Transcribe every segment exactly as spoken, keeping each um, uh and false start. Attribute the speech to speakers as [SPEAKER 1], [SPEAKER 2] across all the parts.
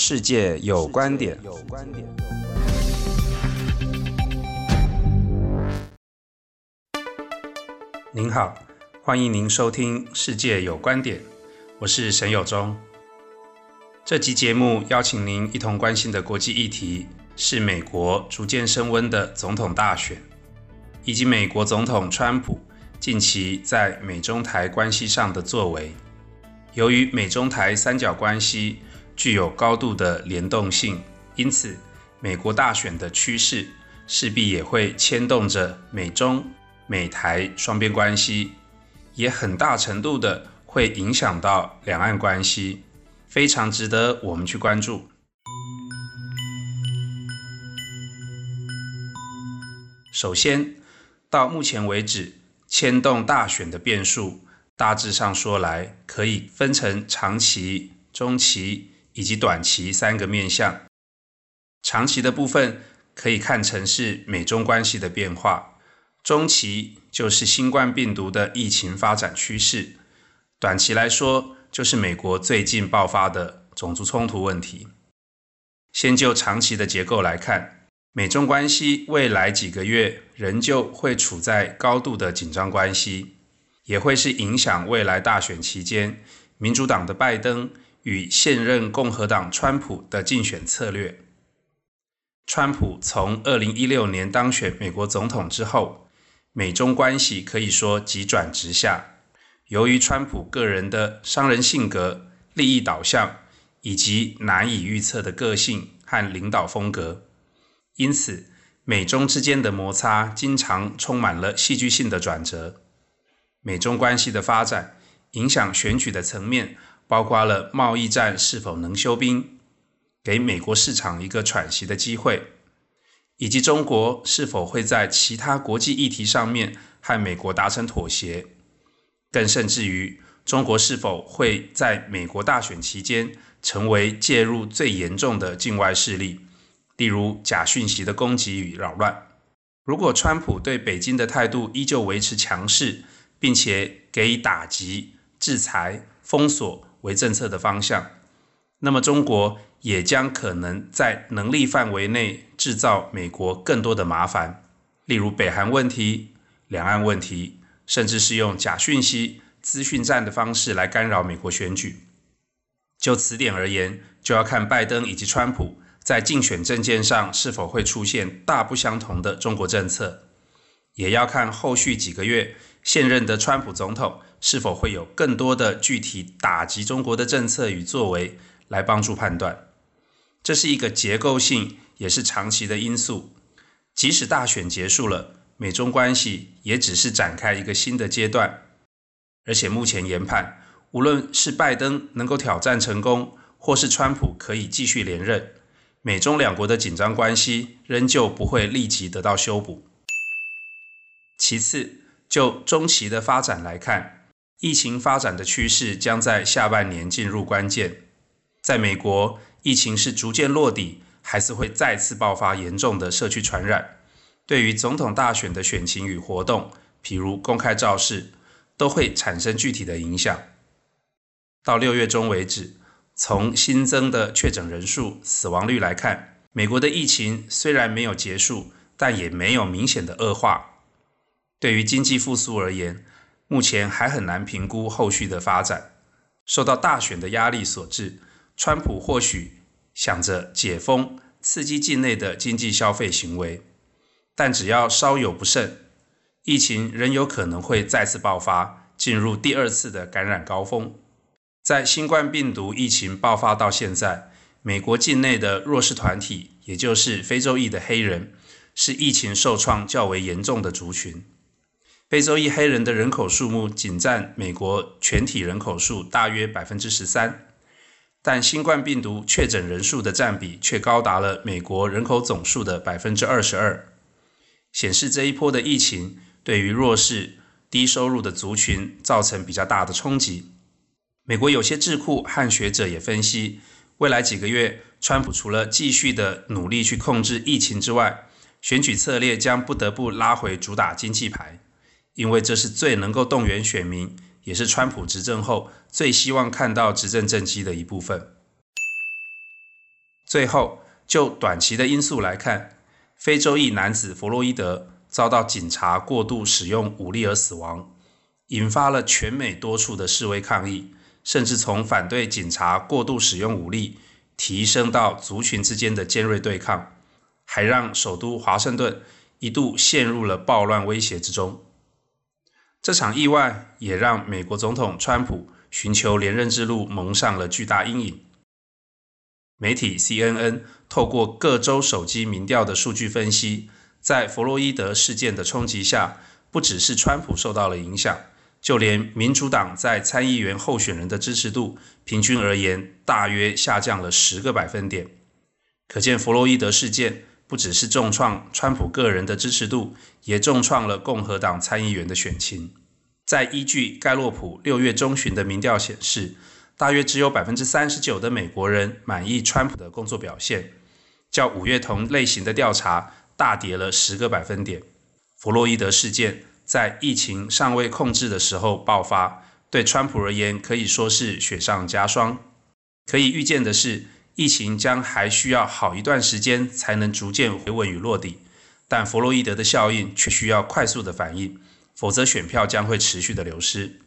[SPEAKER 1] 世界有观点。您好，欢迎您收听《世界有观点》，我是沈友忠。这集节目邀请您一同关心的国际议题是美国逐渐升温的总统大选，以及美国总统川普近期在美中台关系上的作为。由于美中台三角关系具有高度的联动性，因此美国大选的趋势势必也会牵动着美中、美台双边关系，也很大程度的会影响到两岸关系，非常值得我们去关注。首先，到目前为止，牵动大选的变数，大致上说来，可以分成长期、中期以及短期三个面向。长期的部分可以看成是美中关系的变化，中期就是新冠病毒的疫情发展趋势，短期来说就是美国最近爆发的种族冲突问题。先就长期的结构来看，美中关系未来几个月仍旧会处在高度的紧张关系，也会是影响未来大选期间民主党的拜登与现任共和党川普的竞选策略。川普从二零一六年当选美国总统之后，美中关系可以说急转直下。由于川普个人的商人性格、利益导向以及难以预测的个性和领导风格，因此美中之间的摩擦经常充满了戏剧性的转折。美中关系的发展影响选举的层面，包括了贸易战是否能休兵，给美国市场一个喘息的机会，以及中国是否会在其他国际议题上面和美国达成妥协，更甚至于中国是否会在美国大选期间成为介入最严重的境外势力，例如假讯息的攻击与扰乱。如果川普对北京的态度依旧维持强势，并且给予打击、制裁、封锁为政策的方向，那么中国也将可能在能力范围内制造美国更多的麻烦，例如北韩问题、两岸问题，甚至是用假讯息、资讯战的方式来干扰美国选举。就此点而言，就要看拜登以及川普在竞选政见上是否会出现大不相同的中国政策，也要看后续几个月现任的川普总统是否会有更多的具体打击中国的政策与作为来帮助判断。这是一个结构性也是长期的因素，即使大选结束了，美中关系也只是展开一个新的阶段。而且目前研判，无论是拜登能够挑战成功，或是川普可以继续连任，美中两国的紧张关系仍旧不会立即得到修补。其次，就中期的发展来看，疫情发展的趋势将在下半年进入关键。在美国，疫情是逐渐落底，还是会再次爆发严重的社区传染，对于总统大选的选情与活动，譬如公开造势，都会产生具体的影响。到六月中为止，从新增的确诊人数、死亡率来看，美国的疫情虽然没有结束，但也没有明显的恶化。对于经济复苏而言，目前还很难评估后续的发展。受到大选的压力所致，川普或许想着解封，刺激境内的经济消费行为，但只要稍有不慎，疫情仍有可能会再次爆发，进入第二次的感染高峰。在新冠病毒疫情爆发到现在，美国境内的弱势团体，也就是非洲裔的黑人，是疫情受创较为严重的族群。非洲裔黑人的人口数目仅占美国全体人口数大约 百分之十三， 但新冠病毒确诊人数的占比却高达了美国人口总数的 百分之二十二， 显示这一波的疫情对于弱势、低收入的族群造成比较大的冲击。美国有些智库和学者也分析，未来几个月，川普除了继续的努力去控制疫情之外，选举策略将不得不拉回主打经济牌，因为这是最能够动员选民，也是川普执政后最希望看到执政政绩的一部分。 最后，就短期的因素来看，非洲裔男子弗洛伊德遭到警察过度使用武力而死亡，引发了全美多处的示威抗议，甚至从反对警察过度使用武力提升到族群之间的尖锐对抗，还让首都华盛顿一度陷入了暴乱威胁之中。这场意外也让美国总统川普寻求连任之路蒙上了巨大阴影。媒体 C N N 透过各州手机民调的数据分析，在弗洛伊德事件的冲击下，不只是川普受到了影响，就连民主党在参议员候选人的支持度平均而言大约下降了十个百分点。可见弗洛伊德事件不只是重创川普个人的支持度，也重创了共和党参议员的选情。在依据盖洛普六月中旬的民调显示，大约只有 百分之三十九 的美国人满意川普的工作表现，较五月同类型的调查大跌了十个百分点。弗洛伊德事件在疫情尚未控制的时候爆发，对川普而言可以说是雪上加霜。可以预见的是，疫情将还需要好一段时间才能逐渐回稳与落底，但弗洛伊德的效应却需要快速的反应，否则选票将会持续的流失。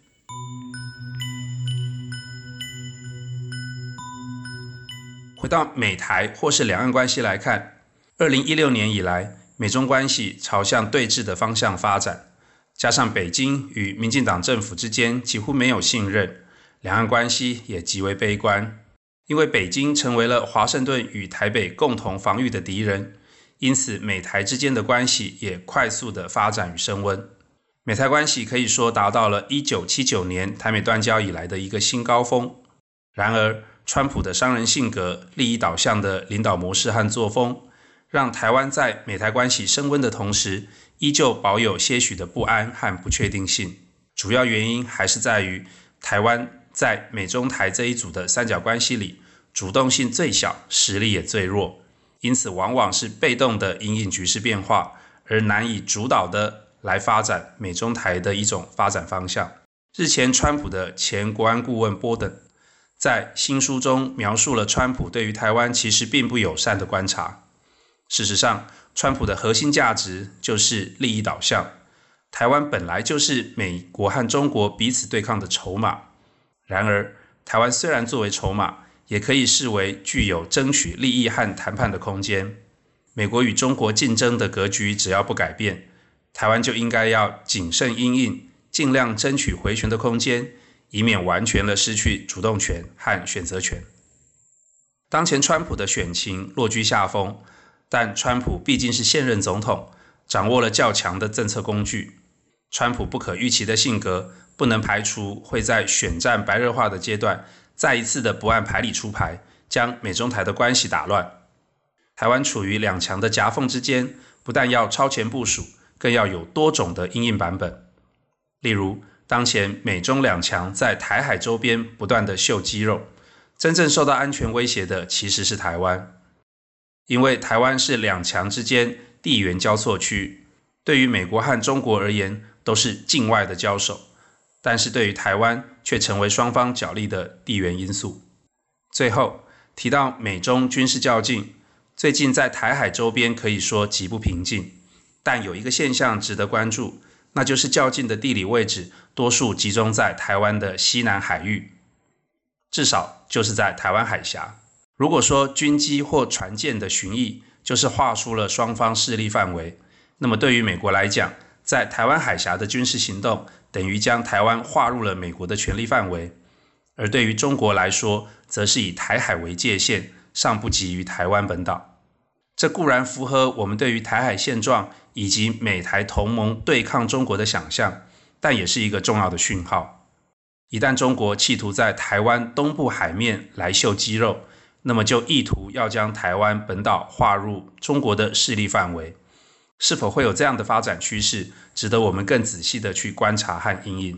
[SPEAKER 1] 回到美台或是两岸关系来看，二零一六年以来，美中关系朝向对峙的方向发展，加上北京与民进党政府之间几乎没有信任，两岸关系也极为悲观。因为北京成为了华盛顿与台北共同防御的敌人，因此美台之间的关系也快速的发展与升温。美台关系可以说达到了一九七九年台美断交以来的一个新高峰。然而，川普的商人性格、利益导向的领导模式和作风，让台湾在美台关系升温的同时，依旧保有些许的不安和不确定性。主要原因还是在于台湾在美中台这一组的三角关系里，主动性最小，实力也最弱，因此往往是被动的因应局势变化，而难以主导的来发展美中台的一种发展方向。日前川普的前国安顾问波登在新书中描述了川普对于台湾其实并不友善的观察。事实上，川普的核心价值就是利益导向，台湾本来就是美国和中国彼此对抗的筹码。然而，台湾虽然作为筹码，也可以视为具有争取利益和谈判的空间。美国与中国竞争的格局只要不改变，台湾就应该要谨慎因应，尽量争取回旋的空间，以免完全的失去主动权和选择权。当前川普的选情落居下风，但川普毕竟是现任总统，掌握了较强的政策工具。川普不可预期的性格，不能排除会在选战白热化的阶段，再一次的不按牌理出牌，将美中台的关系打乱。台湾处于两强的夹缝之间，不但要超前部署，更要有多种的因应版本。例如，当前美中两强在台海周边不断的秀肌肉，真正受到安全威胁的其实是台湾。因为台湾是两强之间地缘交错区，对于美国和中国而言都是境外的交手，但是对于台湾却成为双方角力的地缘因素。最后提到美中军事较劲，最近在台海周边可以说极不平静，但有一个现象值得关注，那就是较劲的地理位置多数集中在台湾的西南海域，至少就是在台湾海峡。如果说军机或船舰的巡弋就是划出了双方势力范围，那么对于美国来讲，在台湾海峡的军事行动等于将台湾划入了美国的权力范围，而对于中国来说，则是以台海为界限，尚不及于台湾本岛。这固然符合我们对于台海现状以及美台同盟对抗中国的想象，但也是一个重要的讯号。一旦中国企图在台湾东部海面来秀肌肉，那么就意图要将台湾本岛划入中国的势力范围。是否会有这样的发展趋势，值得我们更仔细的去观察和因应。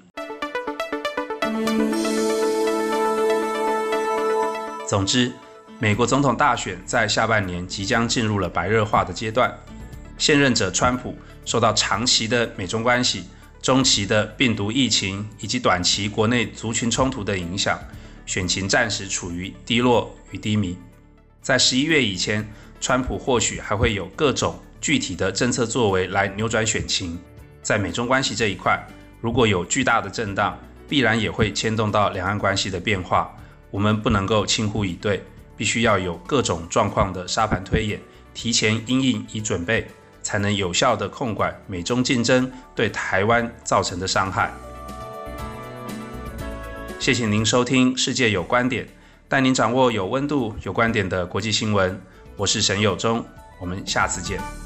[SPEAKER 1] 总之，美国总统大选在下半年即将进入了白热化的阶段，现任者川普受到长期的美中关系、中期的病毒疫情以及短期国内族群冲突的影响，选情暂时处于低落与低迷。 在十一月以前，川普或许还会有各种具体的政策作为来扭转选情。在美中关系这一块，如果有巨大的震荡，必然也会牵动到两岸关系的变化。我们不能够轻忽以对，必须要有各种状况的沙盘推演，提前因应以准备，才能有效地控管美中竞争对台湾造成的伤害。谢谢您收听《世界有观点》，带您掌握有温度、有观点的国际新闻。我是沈有忠，我们下次见。